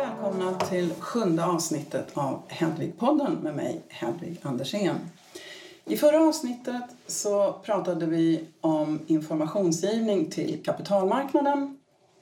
välkomna till 7:e avsnittet av Hedvig-podden med mig, Hedvig Andersén. I förra avsnittet så pratade vi om informationsgivning till kapitalmarknaden.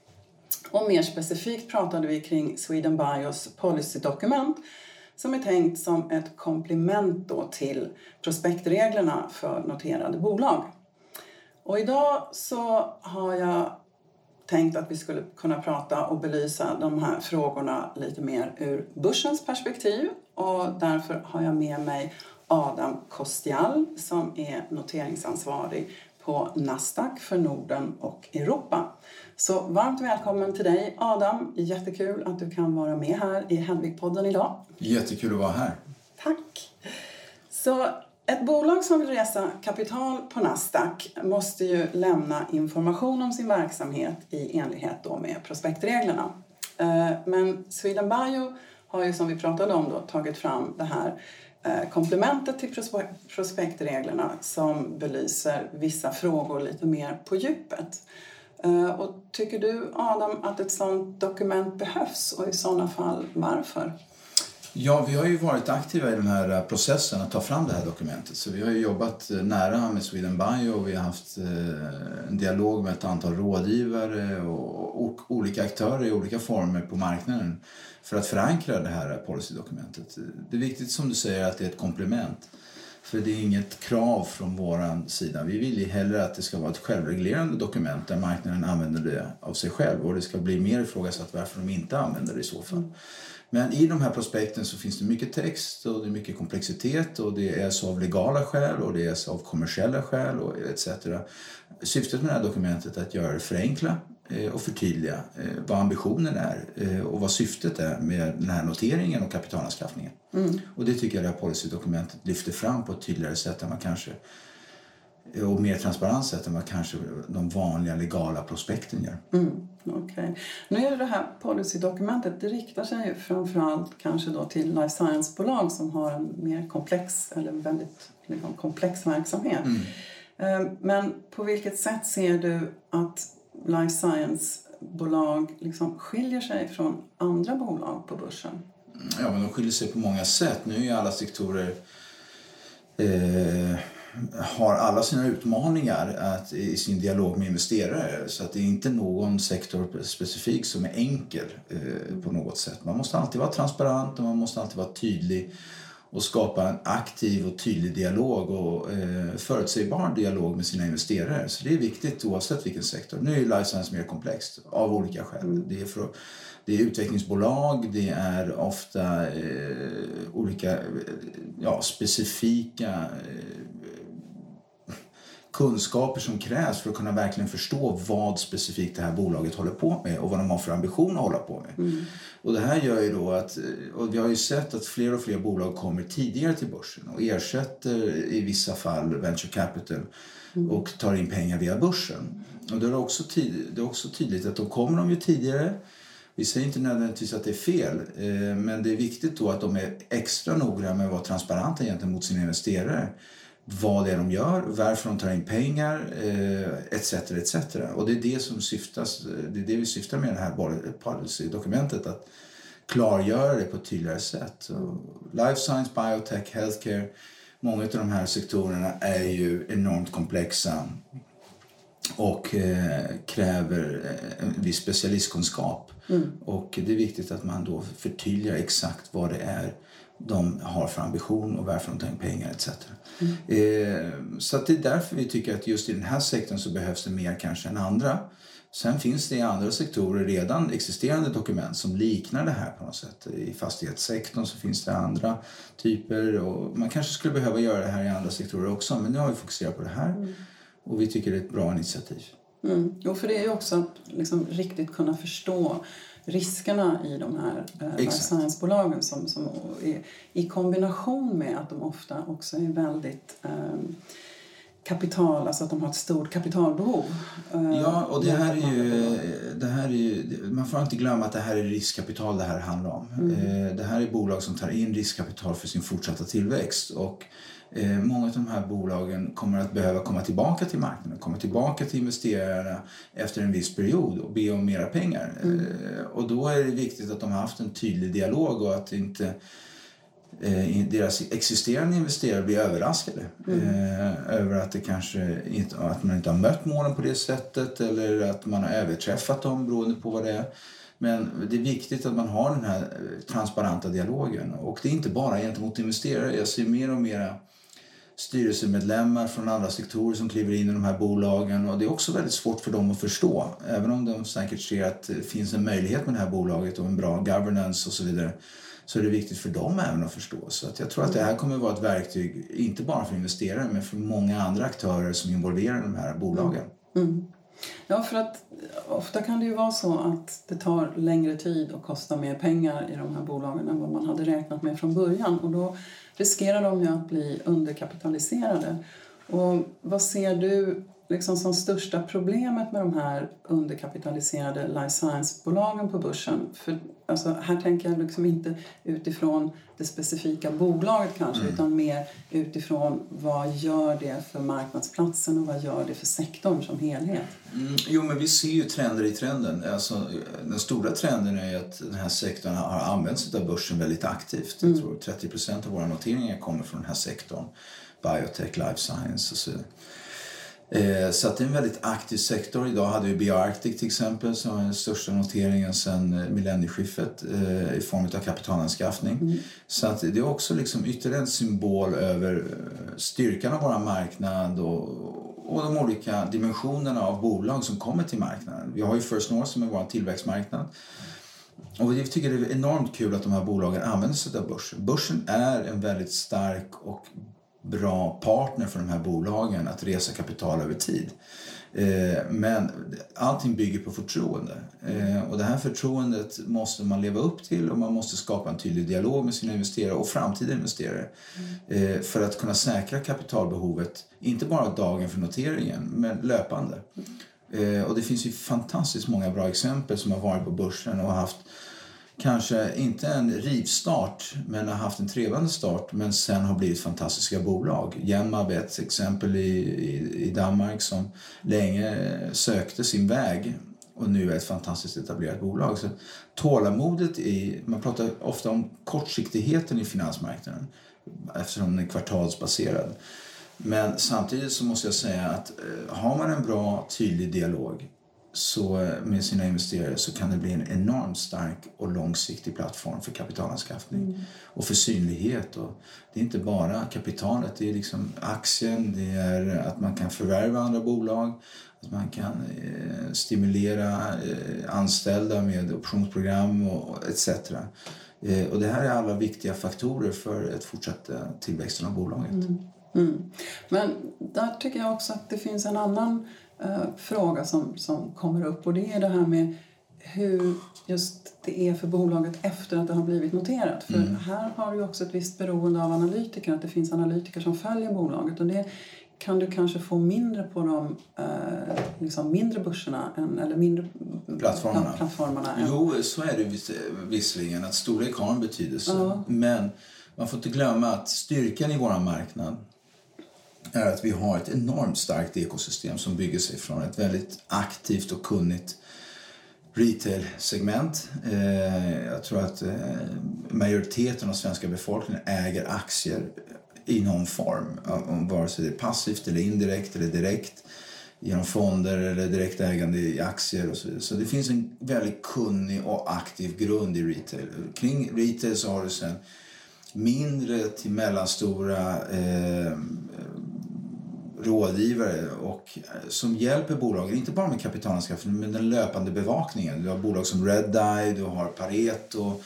Och mer specifikt pratade vi kring Sweden Bios policydokument som är tänkt som ett komplement då till prospektreglerna för noterade bolag. Och idag så har jag tänkt att vi skulle kunna prata och belysa de här frågorna lite mer ur börsens perspektiv. Och därför har jag med mig Adam Kostial som är noteringsansvarig på Nasdaq för Norden och Europa. Så varmt välkommen till dig Adam. Jättekul att du kan vara med här i Hedvig-podden idag. Jättekul att vara här. Tack. Så ett bolag som vill resa kapital på Nasdaq måste ju lämna information om sin verksamhet i enlighet då med prospektreglerna. Men Sweden Bio har ju som vi pratade om då tagit fram det här komplementet till prospektreglerna som belyser vissa frågor lite mer på djupet. Och tycker du Adam att ett sådant dokument behövs och i sådana fall varför? Ja, vi har ju varit aktiva i den här processen att ta fram det här dokumentet. Så vi har ju jobbat nära med Sweden Bio och vi har haft en dialog med ett antal rådgivare och olika aktörer i olika former på marknaden för att förankra det här policydokumentet. Det är viktigt som du säger att det är ett komplement. För det är inget krav från våran sida. Vi vill ju hellre att det ska vara ett självreglerande dokument där marknaden använder det av sig själv. Och det ska bli mer ifrågasatt varför de inte använder det i så fall. Men i de här prospekten så finns det mycket text och det är mycket komplexitet. Och det är så av legala skäl och det är så av kommersiella skäl och etc. Syftet med det här dokumentet är att göra det förenkla och förtydliga vad ambitionen är och vad syftet är med den här noteringen och kapitalanskaffningen. Och det tycker jag det här policydokumentet lyfter fram på ett tydligare sätt än man kanske och mer transparent sätt än vad kanske de vanliga legala prospekten gör. Okej. Nu är det här policydokumentet, det riktar sig ju framförallt kanske då till life science-bolag som har en mer komplex eller väldigt komplex verksamhet. Men på vilket sätt ser du att life science-bolag liksom skiljer sig från andra bolag på börsen? Ja, men de skiljer sig på många sätt. Nu är ju alla sektorer har alla sina utmaningar i sin dialog med investerare. Så att det är inte någon sektor specifik som är enkel på något sätt. Man måste alltid vara transparent och man måste alltid vara tydlig och skapa en aktiv och tydlig dialog och förutsägbar dialog med sina investerare. Så det är viktigt oavsett vilken sektor. Nu är life science mer komplext av olika skäl. Det är utvecklingsbolag, det är ofta olika specifika kunskaper som krävs för att kunna verkligen förstå vad specifikt det här bolaget håller på med och vad de har för ambition att hålla på med. Och det här gör ju då att, och vi har ju sett att fler och fler bolag kommer tidigare till börsen och ersätter i vissa fall venture capital och tar in pengar via börsen. Och det är också tydligt att då kommer de ju tidigare. Vi säger inte nödvändigtvis att det är fel, men det är viktigt då att de är extra noggranna med att vara transparenta gentemot sina investerare. Vad det är de gör, varför de tar in pengar, etc. etc. Och det är det vi syftar med det här policydokumentet, att klargöra det på ett tydligare sätt. Så life science, biotech, healthcare, många av de här sektorerna är ju enormt komplexa och kräver en viss specialistkunskap. Och det är viktigt att man då förtydligar exakt vad det är de har för ambition och varför de tar in pengar etc. Så att det är därför vi tycker att just i den här sektorn så behövs det mer kanske än andra. Sen finns det i andra sektorer redan existerande dokument som liknar det här på något sätt. I fastighetssektorn så finns det andra typer och man kanske skulle behöva göra det här i andra sektorer också, men nu har vi fokuserat på det här och vi tycker det är ett bra initiativ. Jo, för det är ju också att liksom riktigt kunna förstå riskerna i de här life science-bolagen som är, i kombination med att de ofta också är väldigt kapital, alltså att de har ett stort kapitalbehov. Ja, och det här är ju, man får inte glömma att det här är riskkapital det här handlar om. Det här är bolag som tar in riskkapital för sin fortsatta tillväxt, och många av de här bolagen kommer att behöva komma tillbaka till marknaden, komma tillbaka till investerarna efter en viss period och be om mera pengar. Och då är det viktigt att de har haft en tydlig dialog och att inte deras existerande investerare blir överraskade över att det kanske inte, att man inte har mött målen på det sättet, eller att man har överträffat dem beroende på vad det är. Men det är viktigt att man har den här transparenta dialogen, och det är inte bara gentemot investerare. Jag ser mer och mer styrelsemedlemmar från andra sektorer som kliver in i de här bolagen, och det är också väldigt svårt för dem att förstå, även om de säkert ser att det finns en möjlighet med det här bolaget och en bra governance och så vidare, så är det viktigt för dem även att förstå. Så att jag tror att det här kommer att vara ett verktyg inte bara för investerare men för många andra aktörer som involverar de här bolagen. Ja, för att ofta kan det ju vara så att det tar längre tid och kostar mer pengar i de här bolagen än vad man hade räknat med från början, och då riskerar de ju att bli underkapitaliserade. Och vad ser du liksom som största problemet med de här underkapitaliserade life science-bolagen på börsen? För alltså, här tänker jag liksom inte utifrån det specifika bolaget kanske, utan mer utifrån vad gör det för marknadsplatsen och vad gör det för sektorn som helhet? Jo, men vi ser ju trender i trenden. Alltså, den stora trenden är att den här sektorn har använts av börsen väldigt aktivt. Jag tror 30% av våra noteringar kommer från den här sektorn. Biotech, life science och så. Så att det är en väldigt aktiv sektor. Idag hade vi BioArctic till exempel som är den största noteringen sedan millennieskiftet i form av kapitalanskaffning. Så att det är också liksom ytterligare en symbol över styrkan av vår marknad och de olika dimensionerna av bolag som kommer till marknaden. Vi har ju First North som är vår tillväxtmarknad. Och vi tycker det är enormt kul att de här bolagen använder sig av börsen. Börsen är en väldigt stark och bra partner för de här bolagen att resa kapital över tid. Men allting bygger på förtroende. Och det här förtroendet måste man leva upp till, och man måste skapa en tydlig dialog med sina investerare och framtida investerare för att kunna säkra kapitalbehovet, inte bara dagen för noteringen men löpande. Och det finns ju fantastiskt många bra exempel som har varit på börsen och haft kanske inte en rivstart men har haft en trevande start men sen har blivit fantastiska bolag. Genmab är ett exempel i Danmark som länge sökte sin väg och nu är ett fantastiskt etablerat bolag. Så tålamodet man pratar ofta om kortsiktigheten i finansmarknaden eftersom den är kvartalsbaserad. Men samtidigt så måste jag säga att har man en bra tydlig dialog så med sina investerare så kan det bli en enormt stark och långsiktig plattform för kapitalanskaffning och för synlighet. Och det är inte bara kapitalet, det är liksom aktien, det är att man kan förvärva andra bolag, att man kan stimulera anställda med optionsprogram och etc. Och det här är alla viktiga faktorer för ett fortsatt tillväxten av bolaget. Men där tycker jag också att det finns en annan fråga som kommer upp, och det är det här med hur just det är för bolaget efter att det har blivit noterat. För här har du också ett visst beroende av analytiker, att det finns analytiker som följer bolaget, och det kan du kanske få mindre på de liksom mindre börserna eller mindre plattformarna. Jo, så är det visserligen att storlek har en betydelse, men man får inte glömma att styrkan i vår marknad är att vi har ett enormt starkt ekosystem som bygger sig från ett väldigt aktivt och kunnigt retail-segment. Jag tror att majoriteten av svenska befolkningen äger aktier i någon form, vare sig det är passivt eller indirekt eller direkt genom fonder eller direkt ägande i aktier och så vidare. Så det finns en väldigt kunnig och aktiv grund i retail. Kring retail så har du sen mindre till mellanstora rådgivare och som hjälper bolagen, inte bara med kapitalanskaffning men den löpande bevakningen. Du har bolag som Redeye, du har Pareto,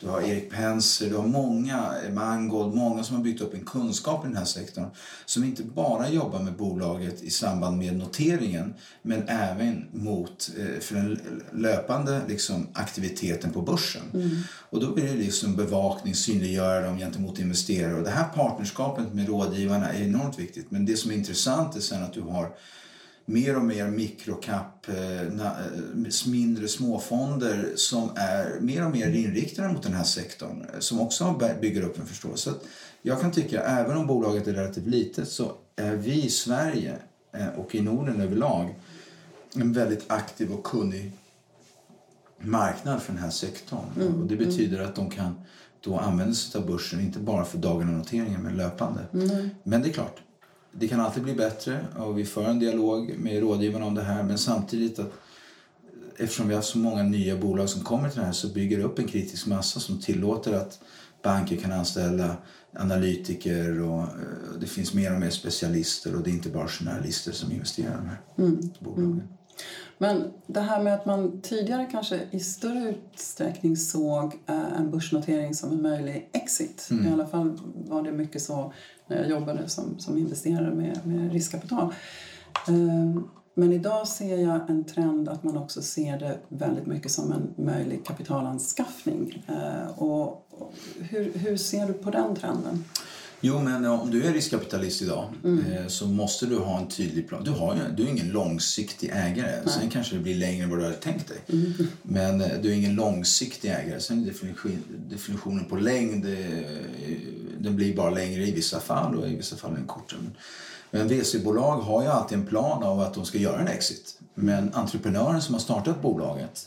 du har Erik Penser, du har många, Mangold, många som har byggt upp en kunskap i den här sektorn som inte bara jobbar med bolaget i samband med noteringen men även för den löpande liksom, aktiviteten på börsen. Och då blir det liksom bevakning, synliggöra dem gentemot investerare, och det här partnerskapet med rådgivarna är enormt viktigt. Men det som är intressant är sen att du har mer och mer mikrocap, mindre småfonder som är mer och mer inriktade mot den här sektorn, som också bygger upp en förståelse. Så jag kan tycka, även om bolaget är relativt litet, så är vi i Sverige och i Norden överlag en väldigt aktiv och kunnig marknad för den här sektorn. Och det betyder att de kan då använda sig av börsen, inte bara för dagarna noteringar men löpande. Men det är klart, det kan alltid bli bättre och vi för en dialog med rådgivarna om det här, men samtidigt att eftersom vi har så många nya bolag som kommer till det här så bygger det upp en kritisk massa som tillåter att banker kan anställa analytiker och det finns mer och mer specialister och det är inte bara journalister som investerar i de här bolagen. Men det här med att man tidigare kanske i större utsträckning såg en börsnotering som en möjlig exit. I alla fall var det mycket så när jag jobbade som investerare med riskkapital. Men idag ser jag en trend att man också ser det väldigt mycket som en möjlig kapitalanskaffning. Och hur ser du på den trenden? Jo, men om du är riskkapitalist idag så måste du ha en tydlig plan. Du är ingen långsiktig ägare. Nej. Sen kanske det blir längre än vad du hade tänkt dig. Men du är ingen långsiktig ägare. Sen definitionen på längd, den blir bara längre i vissa fall och i vissa fall en kortare. Men VC-bolag har ju alltid en plan av att de ska göra en exit. Men entreprenören som har startat bolaget,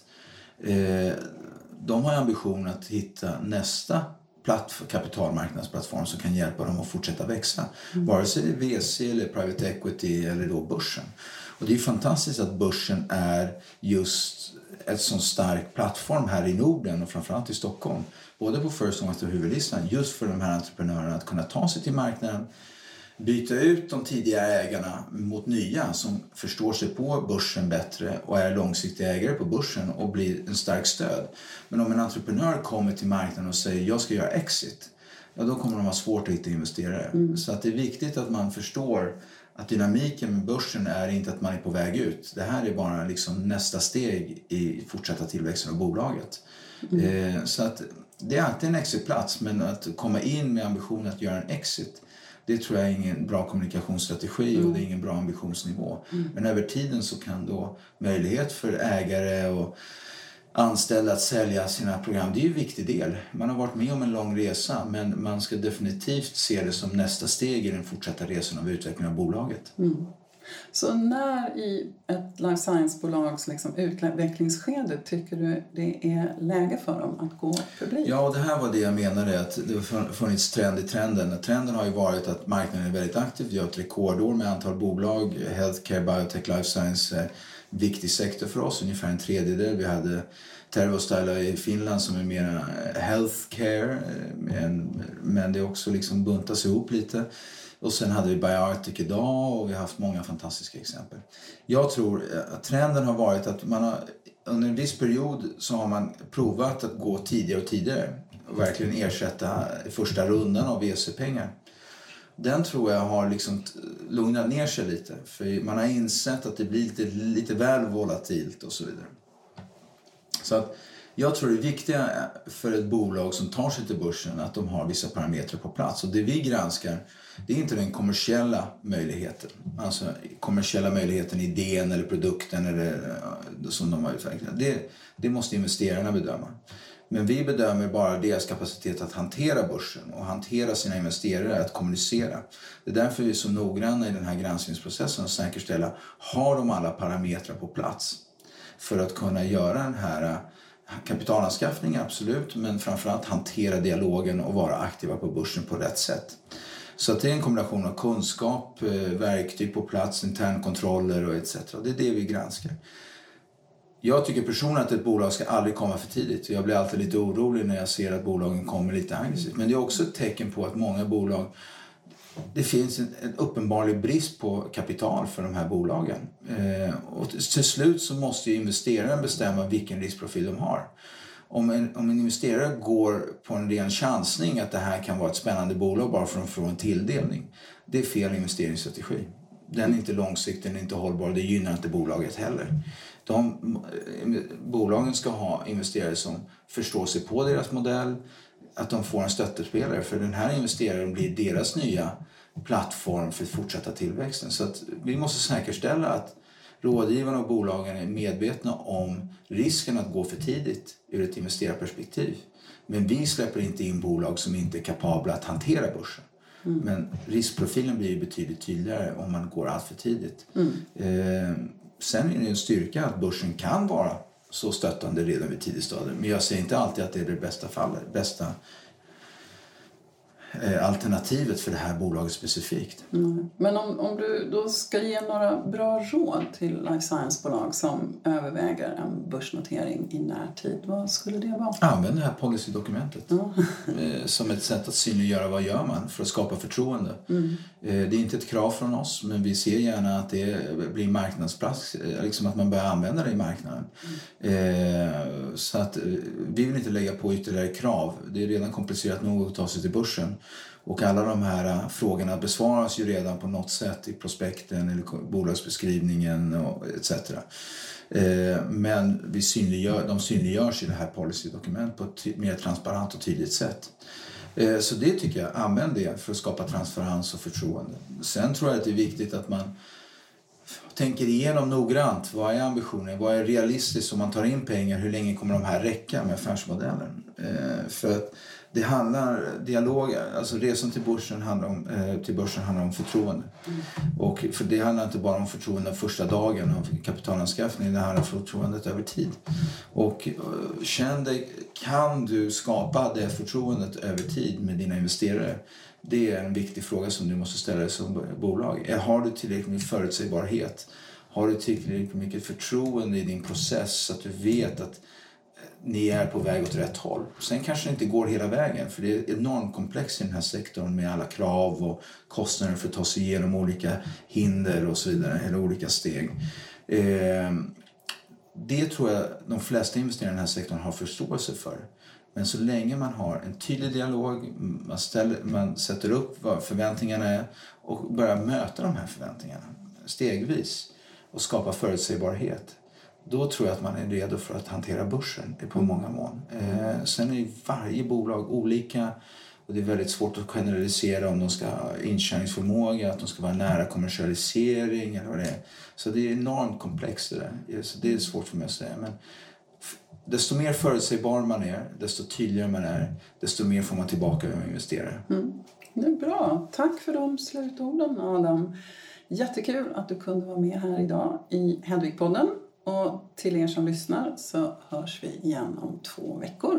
de har ambition att hitta nästa kapitalmarknadsplattform som kan hjälpa dem att fortsätta växa. Vare sig det är VC eller private equity eller då börsen. Och det är fantastiskt att börsen är just ett sån stark plattform här i Norden och framförallt i Stockholm. Både på First North och huvudlistan, just för de här entreprenörerna att kunna ta sig till marknaden, byta ut de tidigare ägarna mot nya som förstår sig på börsen bättre och är långsiktiga ägare på börsen och blir en stark stöd. Men om en entreprenör kommer till marknaden och säger jag ska göra exit, ja, då kommer de ha svårt att hitta investerare. Så att det är viktigt att man förstår att dynamiken med börsen är inte att man är på väg ut. Det här är bara liksom nästa steg i fortsatta tillväxten av bolaget. Så att det är alltid en exitplats, men att komma in med ambitionen att göra en exit, det tror jag är ingen bra kommunikationsstrategi och det är ingen bra ambitionsnivå. Men över tiden så kan då möjlighet för ägare och anställda att sälja sina program, det är ju en viktig del. Man har varit med om en lång resa, men man ska definitivt se det som nästa steg i den fortsatta resan av utvecklingen av bolaget. Så när i ett life science-bolags liksom utvecklingsskede tycker du det är läge för dem att gå publik? Ja, och det här var det jag menade, att det har funnits trend i trenden. Trenden har ju varit att marknaden är väldigt aktiv. Vi har ett rekordår med antal bolag. Healthcare, biotech, life science är viktig sektor för oss, ungefär en tredjedel. Vi hade Terveystalo i Finland som är mer healthcare, men det är också liksom buntas ihop lite. Och sen hade vi BioArctic idag och vi har haft många fantastiska exempel. Jag tror att trenden har varit att man har, under en viss period så har man provat att gå tidigare och tidigare och verkligen ersätta första rundan av VC-pengar. Den tror jag har liksom lugnat ner sig lite, för man har insett att det blir lite väl volatilt och så vidare. Så att jag tror det viktiga för ett bolag som tar sig till börsen att de har vissa parametrar på plats. Och det vi granskar, det är inte den kommersiella möjligheten. Alltså kommersiella möjligheten, idén eller produkten eller som de har utvecklat. Det måste investerarna bedöma. Men vi bedömer bara deras kapacitet att hantera börsen och hantera sina investerare, att kommunicera. Det är därför vi är så noggranna i den här granskningsprocessen och säkerställa, har de alla parametrar på plats för att kunna göra den här kapitalanskaffning, absolut, men framförallt hantera dialogen och vara aktiva på börsen på rätt sätt. Så att det är en kombination av kunskap, verktyg på plats, internkontroller och etc. Det är det vi granskar. Jag tycker personligen att ett bolag ska aldrig komma för tidigt. Jag blir alltid lite orolig när jag ser att bolagen kommer lite aggressivt. Men det är också ett tecken på att många bolag, det finns en uppenbarlig brist på kapital för de här bolagen. Och till slut så måste ju investeraren bestämma vilken riskprofil de har. om en investerare går på en ren chansning att det här kan vara ett spännande bolag bara för att få en tilldelning, det är fel investeringsstrategi. Den är inte långsiktig, den är inte hållbar, det gynnar inte bolaget heller. Bolagen ska ha investerare som förstår sig på deras modell, att de får en stöttespelare, för den här investeraren blir deras nya plattform för fortsatta tillväxten. Så att vi måste säkerställa att rådgivarna och bolagen är medvetna om risken att gå för tidigt ur ett investerarperspektiv. Men vi släpper inte in bolag som inte är kapabla att hantera börsen. Men riskprofilen blir betydligt tydligare om man går allt för tidigt. Sen är det en styrka att börsen kan vara så stöttande redan vid tidigt stadium. Men jag säger inte alltid att det är det bästa alternativet för det här bolaget specifikt. Men om du då ska ge några bra råd till life science-bolag som överväger en börsnotering i närtid, vad skulle det vara? Använd det här policydokumentet som ett sätt att synliggöra vad gör man för att skapa förtroende. Det är inte ett krav från oss, men vi ser gärna att det blir marknadsplats, liksom att man börjar använda det i marknaden. Så att vi vill inte lägga på ytterligare krav. Det är redan komplicerat nog att ta sig till börsen. Och alla de här frågorna besvaras ju redan på något sätt i prospekten eller bolagsbeskrivningen och etc. Men de synliggörs i det här policydokument på ett mer transparent och tydligt sätt. Så det tycker jag, använd det för att skapa transparens och förtroende. Sen tror jag att det är viktigt att man tänker igenom noggrant. Vad är ambitionen? Vad är realistiskt om man tar in pengar? Hur länge kommer de här räcka med affärsmodellen? För att det handlar, alltså resan till börsen handlar om förtroende. Och för det handlar inte bara om förtroende första dagen av kapitalanskaffning, det handlar om förtroendet över tid. Och känn dig, kan du skapa det förtroendet över tid med dina investerare? Det är en viktig fråga som du måste ställa dig som bolag. Har du tillräckligt med förutsägbarhet? Har du tillräckligt mycket förtroende i din process så att du vet att ni är på väg åt rätt håll? Sen kanske det inte går hela vägen, för det är enormt komplext i den här sektorn med alla krav och kostnader för att ta sig igenom olika hinder och så vidare, eller olika steg. Det tror jag de flesta investerare i den här sektorn har förståelse för. Men så länge man har en tydlig dialog, man sätter upp vad förväntningarna är och börjar möta de här förväntningarna stegvis och skapa förutsägbarhet, då tror jag att man är redo för att hantera börsen på många mån. Sen är varje bolag olika och det är väldigt svårt att generalisera om de ska ha intjäningsförmåga, att de ska vara nära kommersialisering eller vad det är. Så det är enormt komplext det där. Så det är svårt för mig att säga. Men desto mer förutsägbar man är, desto tydligare man är, desto mer får man tillbaka av investerare. Det är bra. Tack för de slutorden, Adam. Jättekul att du kunde vara med här idag i Hedvig-podden. Och till er som lyssnar så hörs vi igen om 2 veckor.